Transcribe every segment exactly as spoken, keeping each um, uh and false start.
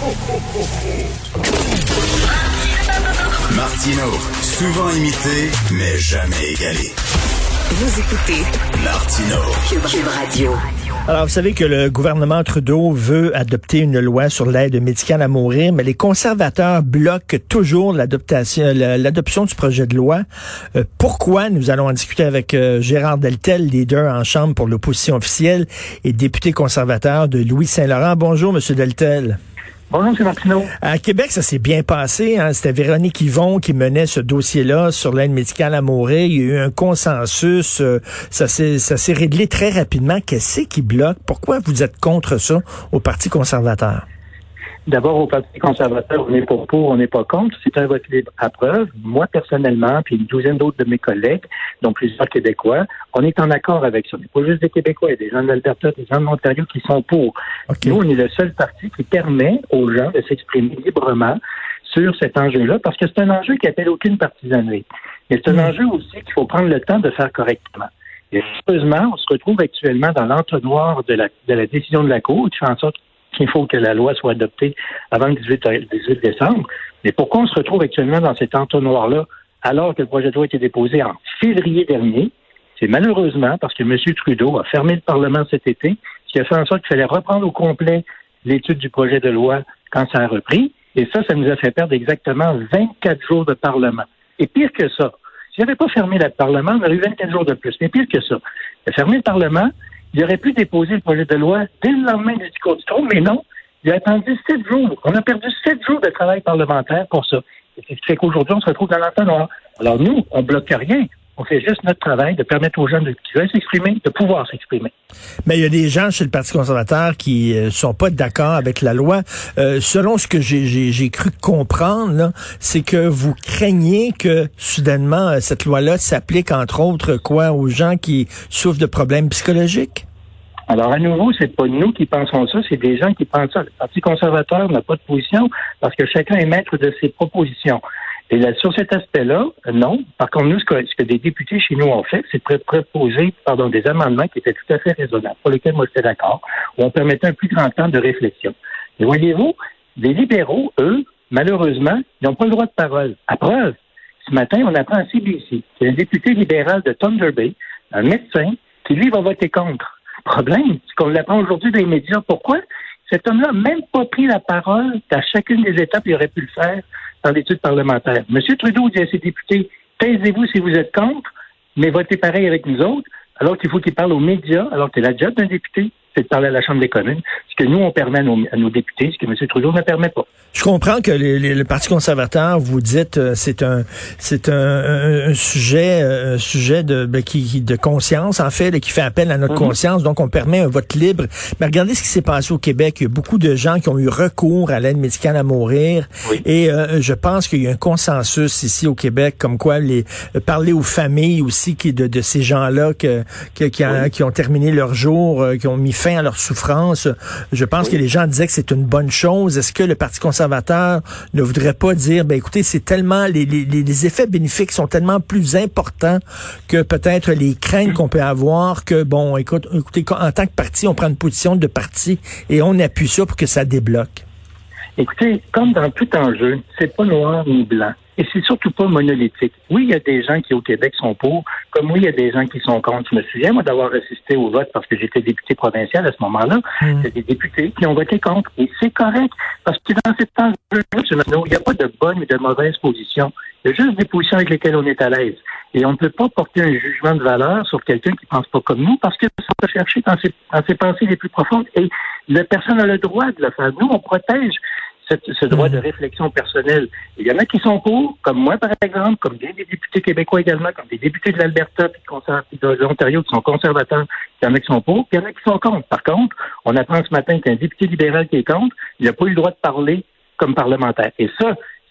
Martino, souvent imité, mais jamais égalé. Vous écoutez Martino, Cube, Cube Radio. Alors, vous savez que le gouvernement Trudeau veut adopter une loi sur l'aide médicale à mourir, mais les conservateurs bloquent toujours l'adoption, l'adoption du projet de loi. Euh, pourquoi? Nous allons en discuter avec euh, Gérard Deltel, leader en Chambre pour l'opposition officielle et député conservateur de Louis-Saint-Laurent. Bonjour, Monsieur Deltel. Bonjour, M. Martineau. À Québec, ça s'est bien passé. Hein? C'était Véronique Yvon qui menait ce dossier-là sur l'aide médicale à mourir. Il y a eu un consensus. Euh, ça s'est, ça s'est réglé très rapidement. Qu'est-ce qui bloque? Pourquoi vous êtes contre ça au Parti conservateur? D'abord, au Parti conservateur, on n'est pas pour, on n'est pas contre. C'est un vote libre à preuve. Moi, personnellement, puis une douzaine d'autres de mes collègues, dont plusieurs Québécois, on est en accord avec ça. Il n'y a pas juste des Québécois, il y a des gens de l'Alberta, des gens de l'Ontario qui sont pour. Okay. Nous, on est le seul parti qui permet aux gens de s'exprimer librement sur cet enjeu-là, parce que c'est un enjeu qui appelle aucune partisanerie. Mais c'est un mmh. enjeu aussi qu'il faut prendre le temps de faire correctement. Et heureusement, on se retrouve actuellement dans l'entonnoir de la, de la décision de la Cour, qui fait en sorte qu'il faut que la loi soit adoptée avant le dix-huit décembre. Mais pourquoi on se retrouve actuellement dans cet entonnoir-là alors que le projet de loi a été déposé en février dernier? C'est malheureusement parce que M. Trudeau a fermé le Parlement cet été, ce qui a fait en sorte qu'il fallait reprendre au complet l'étude du projet de loi quand ça a repris. Et ça, ça nous a fait perdre exactement vingt-quatre jours de Parlement. Et pire que ça, s'il n'avait pas fermé le Parlement, on aurait eu vingt-quatre jours de plus. Mais pire que ça, il a fermé le Parlement. Il aurait pu déposer le projet de loi dès le lendemain du discours du trône, mais non. Il a attendu sept jours. On a perdu sept jours de travail parlementaire pour ça. Et ce qui fait qu'aujourd'hui, on se retrouve dans l'entonnoir. Alors nous, on bloque rien. On fait juste notre travail de permettre aux gens de, qui veulent s'exprimer, de pouvoir s'exprimer. Mais il y a des gens chez le Parti conservateur qui euh, sont pas d'accord avec la loi. Euh, selon ce que j'ai, j'ai, j'ai cru comprendre, là, c'est que vous craignez que soudainement euh, cette loi-là s'applique entre autres quoi aux gens qui souffrent de problèmes psychologiques. Alors, à nouveau, c'est pas nous qui pensons ça, c'est des gens qui pensent ça. Le Parti conservateur n'a pas de position parce que chacun est maître de ses propositions. Et là, sur cet aspect-là, non. Par contre, nous, ce que, ce que des députés chez nous ont fait, c'est de proposer pardon, des amendements qui étaient tout à fait raisonnables, pour lesquels moi j'étais d'accord, où on permettait un plus grand temps de réflexion. Et voyez-vous, les libéraux, eux, malheureusement, ils n'ont pas le droit de parole. À preuve, ce matin, on apprend à C B C qu'il y a un député libéral de Thunder Bay, un médecin, qui, lui, va voter contre. Le problème, c'est qu'on l'apprend aujourd'hui dans les médias. Pourquoi? Cet homme-là n'a même pas pris la parole qu'à chacune des étapes, il aurait pu le faire dans l'étude parlementaire. M. Trudeau dit à ses députés, taisez-vous si vous êtes contre, mais votez pareil avec nous autres, alors qu'il faut qu'il parle aux médias, alors que la job d'un député, c'est de parler à la Chambre des communes. Ce que nous, on permet à nos, à nos députés, ce que M. Trudeau ne permet pas. Je comprends que les, les, le Parti conservateur, vous dites, euh, c'est un c'est un, un, un sujet un sujet de, de, qui, de conscience, en fait, là, qui fait appel à notre mm-hmm. conscience, donc on permet un vote libre. Mais regardez ce qui s'est passé au Québec. Il y a beaucoup de gens qui ont eu recours à l'aide médicale à mourir. Oui. Et euh, je pense qu'il y a un consensus ici au Québec, comme quoi les euh, parler aux familles aussi qui de, de ces gens-là que, que, qui, a, oui. qui ont terminé leur jour, euh, qui ont mis fin à leur souffrance. Je pense oui. que les gens disaient que c'est une bonne chose. Est-ce que le Parti conservateur ne voudrait pas dire, ben écoutez, c'est tellement, les, les, les effets bénéfiques sont tellement plus importants que peut-être les craintes qu'on peut avoir que, bon, écoute, écoutez, en tant que parti, on prend une position de parti et on appuie ça pour que ça débloque. Écoutez, comme dans tout enjeu, c'est pas noir ni blanc. Et c'est surtout pas monolithique. Oui, il y a des gens qui, au Québec, sont pour, comme oui, il y a des gens qui sont contre. Je me souviens, moi, d'avoir assisté au vote parce que j'étais député provincial à ce moment-là. Mmh. Il y a des députés qui ont voté contre. Et c'est correct. Parce que dans cet enjeu-là, il n'y a pas de bonne et de mauvaise position. Il y a juste des positions avec lesquelles on est à l'aise. Et on ne peut pas porter un jugement de valeur sur quelqu'un qui pense pas comme nous parce que ça va chercher dans ses, dans ses pensées les plus profondes. Et la personne a le droit de le faire. Nous, on protège Cette, ce droit de réflexion personnelle. Il y en a qui sont pour, comme moi par exemple, comme bien des députés québécois également, comme des députés de l'Alberta puis de l'Ontario qui sont conservateurs, il y en a qui sont pour, puis il y en a qui sont contre. Par contre, on apprend ce matin qu'un député libéral qui est contre, il n'a pas eu le droit de parler comme parlementaire. Et ça,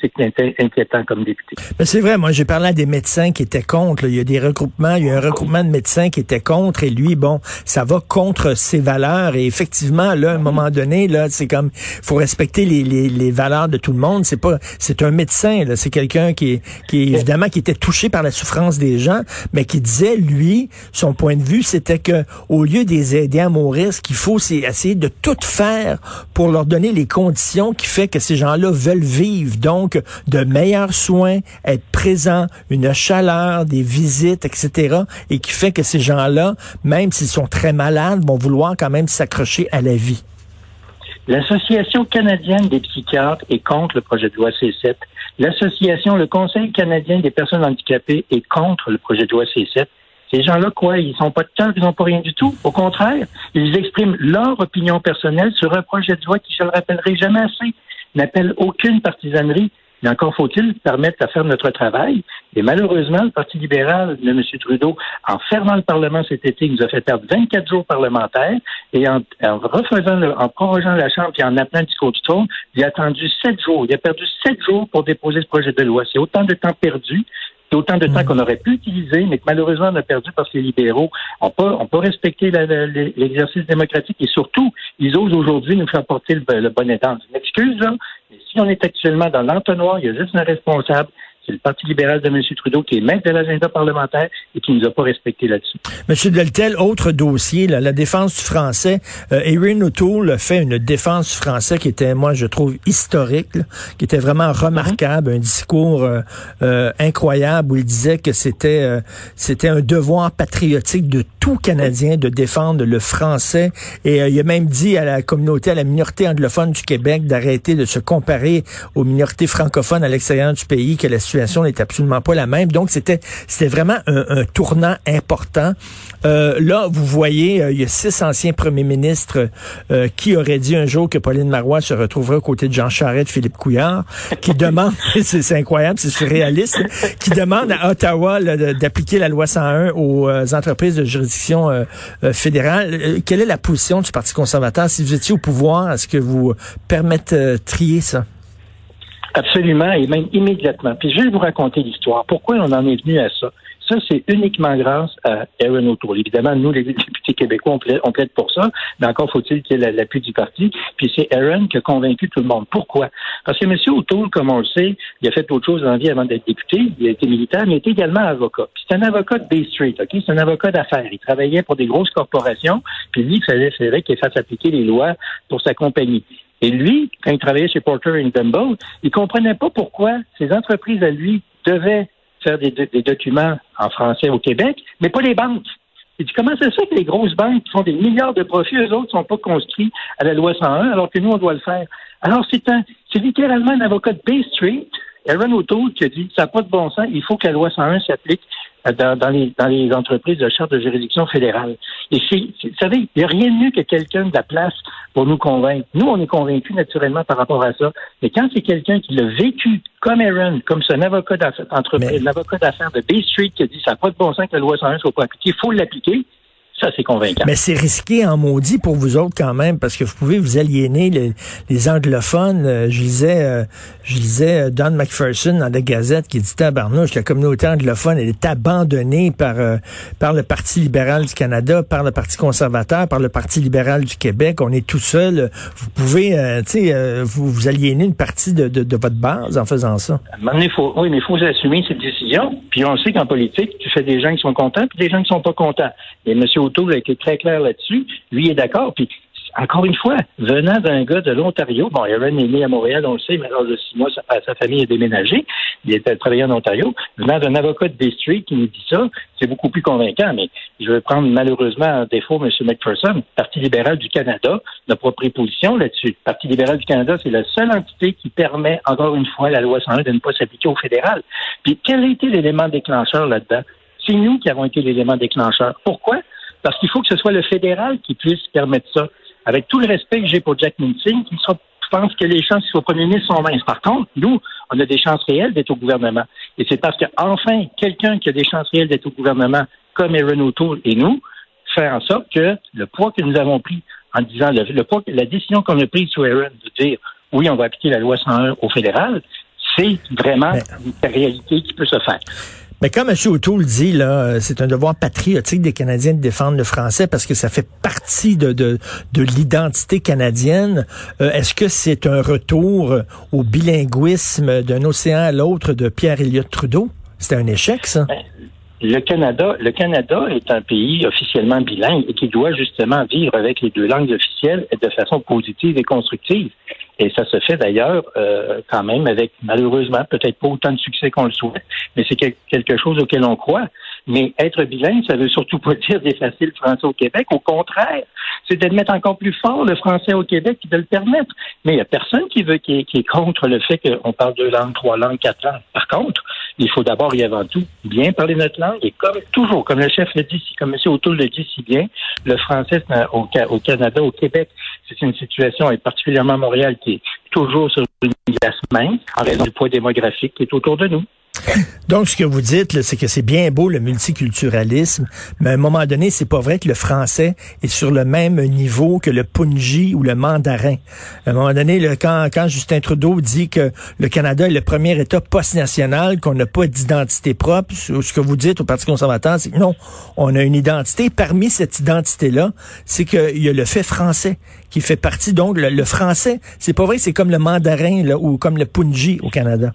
c'est inquiétant comme député. Mais c'est vrai, moi j'ai parlé à des médecins qui étaient contre. Là. Il y a des regroupements, il y a un regroupement de médecins qui étaient contre et lui, bon, ça va contre ses valeurs. Et effectivement, là, à un moment donné, là, c'est comme faut respecter les, les, les valeurs de tout le monde. C'est pas, c'est un médecin, là, c'est quelqu'un qui est, qui est, évidemment qui était touché par la souffrance des gens, mais qui disait, lui, son point de vue, c'était que au lieu de les aider à mourir, ce qu'il faut, c'est essayer de tout faire pour leur donner les conditions qui fait que ces gens-là veulent vivre. Donc, de meilleurs soins, être présent, une chaleur, des visites, et cetera, et qui fait que ces gens-là, même s'ils sont très malades, vont vouloir quand même s'accrocher à la vie. L'Association canadienne des psychiatres est contre le projet de loi C sept. L'Association, le Conseil canadien des personnes handicapées est contre le projet de loi C sept. Ces gens-là, quoi, ils sont pas de cœur, ils n'ont pas rien du tout. Au contraire, ils expriment leur opinion personnelle sur un projet de loi qui, je le rappellerai jamais assez, n'appelle aucune partisanerie. Mais encore faut-il permettre de faire notre travail. Et malheureusement, le Parti libéral de M. Trudeau, en fermant le Parlement cet été, nous a fait perdre vingt-quatre jours parlementaires et en, en refaisant, le, en prorogeant la Chambre et en appelant le discours du trône, il a attendu sept jours. Il a perdu sept jours pour déposer ce projet de loi. C'est autant de temps perdu. C'est autant de temps qu'on aurait pu utiliser, mais que malheureusement on a perdu parce que les libéraux n'ont pas, ont pas respecté la, la, l'exercice démocratique et surtout, ils osent aujourd'hui nous faire porter le, le bonnet d'âne. Je m'excuse, là, mais si on est actuellement dans l'entonnoir, il y a juste un responsable. C'est le Parti libéral de M. Trudeau qui est maître de l'agenda parlementaire et qui ne nous a pas respecté là-dessus. M. Deltel, autre dossier, là, la défense du français. Euh, Erin O'Toole a fait une défense du français qui était, moi, je trouve, historique, là, qui était vraiment remarquable, mm-hmm. un discours euh, euh, incroyable où il disait que c'était euh, c'était un devoir patriotique de tout Canadien de défendre le français. Et euh, il a même dit à la communauté, à la minorité anglophone du Québec d'arrêter de se comparer aux minorités francophones à l'extérieur du pays, que la situation n'est absolument pas la même. Donc, c'était c'était vraiment un, un tournant important. Euh, là, vous voyez, euh, il y a six anciens premiers ministres euh, qui auraient dit un jour que Pauline Marois se retrouverait aux côtés de Jean Charest, de Philippe Couillard, qui demandent, c'est, c'est incroyable, c'est surréaliste, qui demandent à Ottawa là, d'appliquer la loi cent un aux euh, entreprises de juridiction euh, euh, fédérale. Euh, quelle est la position du Parti conservateur? Si vous étiez au pouvoir, est-ce que vous permettriez ça? Absolument, et même immédiatement. Puis je vais vous raconter l'histoire. Pourquoi on en est venu à ça? Ça, c'est uniquement grâce à Erin O'Toole. Évidemment, nous, les députés québécois, on plaide, on plaide pour ça, mais encore faut-il qu'il y ait l'appui du parti. Puis c'est Erin qui a convaincu tout le monde. Pourquoi? Parce que M. O'Toole, comme on le sait, il a fait autre chose dans la vie avant d'être député. Il a été militaire, mais il était également avocat. Puis c'est un avocat de Bay Street, OK? C'est un avocat d'affaires. Il travaillait pour des grosses corporations, puis lui, il fallait, fallait qu'il fasse appliquer les lois pour sa compagnie. Et lui, quand il travaillait chez Porter and Gamble, il comprenait pas pourquoi ces entreprises à lui devaient faire des, des documents en français au Québec, mais pas les banques. Il dit, comment c'est ça que les grosses banques qui font des milliards de profits, eux autres, sont pas conscrits à la loi cent un, alors que nous, on doit le faire? Alors, c'est un, c'est littéralement un avocat de Bay Street, Erin O'Toole, qui a dit, ça n'a pas de bon sens, il faut que la loi cent un s'applique dans, dans, les, dans les entreprises de charte de juridiction fédérale. Et c'est, c'est vous savez, il n'y a rien de mieux que quelqu'un de la place pour nous convaincre. Nous, on est convaincus naturellement par rapport à ça. Mais quand c'est quelqu'un qui l'a vécu comme Erin, comme c'est un avocat d'affaires, Mais... un avocat d'affaires de Bay Street qui a dit, ça n'a pas de bon sens que la loi cent un soit pas appliquée, il faut l'appliquer. Ça, c'est convaincant. Mais c'est risqué en maudit pour vous autres quand même, parce que vous pouvez vous aliéner les, les anglophones. Euh, je lisais, euh, je lisais Don McPherson dans la Gazette qui dit tabarnouche, la communauté anglophone elle est abandonnée par euh, par le Parti libéral du Canada, par le Parti conservateur, par le Parti libéral du Québec. On est tout seul. Vous pouvez, euh, tu sais, euh, vous, vous aliéner une partie de, de, de votre base en faisant ça. À un moment donné, faut, oui, mais il faut assumer cette décision. Puis on sait qu'en politique, tu fais des gens qui sont contents, puis des gens qui sont pas contents. Et M. O'Toole a été très clair là-dessus. Lui est d'accord. Puis, encore une fois, venant d'un gars de l'Ontario, bon, Erin est né à Montréal, on le sait, mais alors de six mois, sa, sa famille a déménagé. Il était travaillé en Ontario. Venant d'un avocat de Bay Street qui nous dit ça, c'est beaucoup plus convaincant. Mais je vais prendre malheureusement en défaut M. McPherson. Le Parti libéral du Canada n'a pas pris position là-dessus. Le Parti libéral du Canada, c'est la seule entité qui permet, encore une fois, la loi cent un de ne pas s'appliquer au fédéral. Puis, quel a été l'élément déclencheur là-dedans? C'est nous qui avons été l'élément déclencheur. Pourquoi? Parce qu'il faut que ce soit le fédéral qui puisse permettre ça. Avec tout le respect que j'ai pour Jack Mincing, qui je pense que les chances qu'il soit premier ministre sont minces. Par contre, nous, on a des chances réelles d'être au gouvernement. Et c'est parce qu'enfin, quelqu'un qui a des chances réelles d'être au gouvernement, comme Erin O'Toole et nous, fait en sorte que le poids que nous avons pris en disant, le, le poids, la décision qu'on a prise sur Erin de dire, oui, on va appliquer la loi cent un au fédéral, c'est vraiment Mais... une réalité qui peut se faire. Mais comme M. O'Toole dit, là, c'est un devoir patriotique des Canadiens de défendre le français parce que ça fait partie de, de, de l'identité canadienne. Euh, est-ce que c'est un retour au bilinguisme d'un océan à l'autre de Pierre Elliott Trudeau? C'était un échec, ça? Ben, Le Canada, le Canada est un pays officiellement bilingue et qui doit justement vivre avec les deux langues officielles de façon positive et constructive. Et ça se fait d'ailleurs euh, quand même avec, malheureusement, peut-être pas autant de succès qu'on le souhaite, mais c'est quelque chose auquel on croit. Mais être bilingue, ça veut surtout pas dire d'effacer le français au Québec. Au contraire, c'est de mettre encore plus fort le français au Québec et de le permettre. Mais il n'y a personne qui veut qui est, qui est contre le fait qu'on parle deux langues, trois langues, quatre langues. Par contre, il faut d'abord et avant tout bien parler notre langue. Et comme toujours, comme le chef le dit, comme M. O'Toole le dit si bien, le français au, au Canada, au Québec, c'est une situation, et particulièrement à Montréal, qui est toujours sur une glace mince en raison du poids démographique qui est autour de nous. Donc, ce que vous dites, c'est que c'est bien beau le multiculturalisme, mais à un moment donné, c'est pas vrai que le français est sur le même niveau que le punji ou le mandarin. À un moment donné, là, quand, quand Justin Trudeau dit que le Canada est le premier État post-national, qu'on n'a pas d'identité propre, ce que vous dites au Parti conservateur, c'est que non, on a une identité. Parmi cette identité-là, c'est qu'il y a le fait français qui fait partie. Donc, le, le français, c'est pas vrai que c'est comme le mandarin là, ou comme le punji au Canada.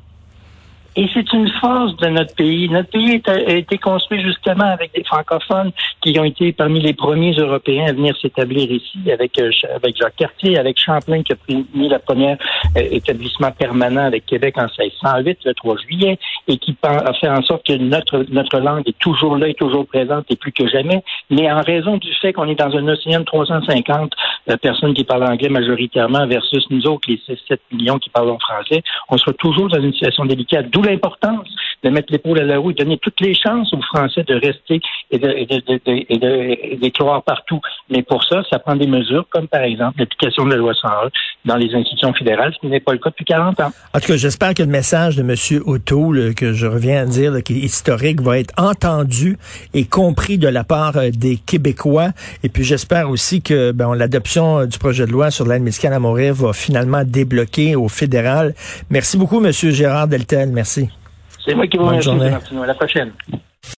Et c'est une force de notre pays. Notre pays a été construit justement avec des francophones qui ont été parmi les premiers Européens à venir s'établir ici, avec avec Jacques Cartier, avec Champlain qui a pris le premier euh, établissement permanent avec Québec en seize cent huit, le trois juillet, et qui a fait en sorte que notre notre langue est toujours là, est toujours présente et plus que jamais. Mais en raison du fait qu'on est dans un océan de trois cent cinquante euh, personnes qui parlent anglais majoritairement versus nous autres, les six sept millions qui parlent français, on sera toujours dans une situation délicate. D'où l'importance de mettre l'épaule à la roue et donner toutes les chances aux Français de rester et de, et de, de, de, et de, d'éclore partout. Mais pour ça, ça prend des mesures comme, par exemple, l'application de la loi cent un dans les institutions fédérales, ce qui n'est pas le cas depuis quarante ans. En tout cas, j'espère que le message de M. O'Toole, que je reviens à dire, là, qui est historique, va être entendu et compris de la part des Québécois. Et puis, j'espère aussi que ben, l'adoption du projet de loi sur l'aide médicale à mourir va finalement débloquer au fédéral. Merci beaucoup, M. Gérard Deltel. Merci. C'est moi qui vous remercie, Martino. À la prochaine.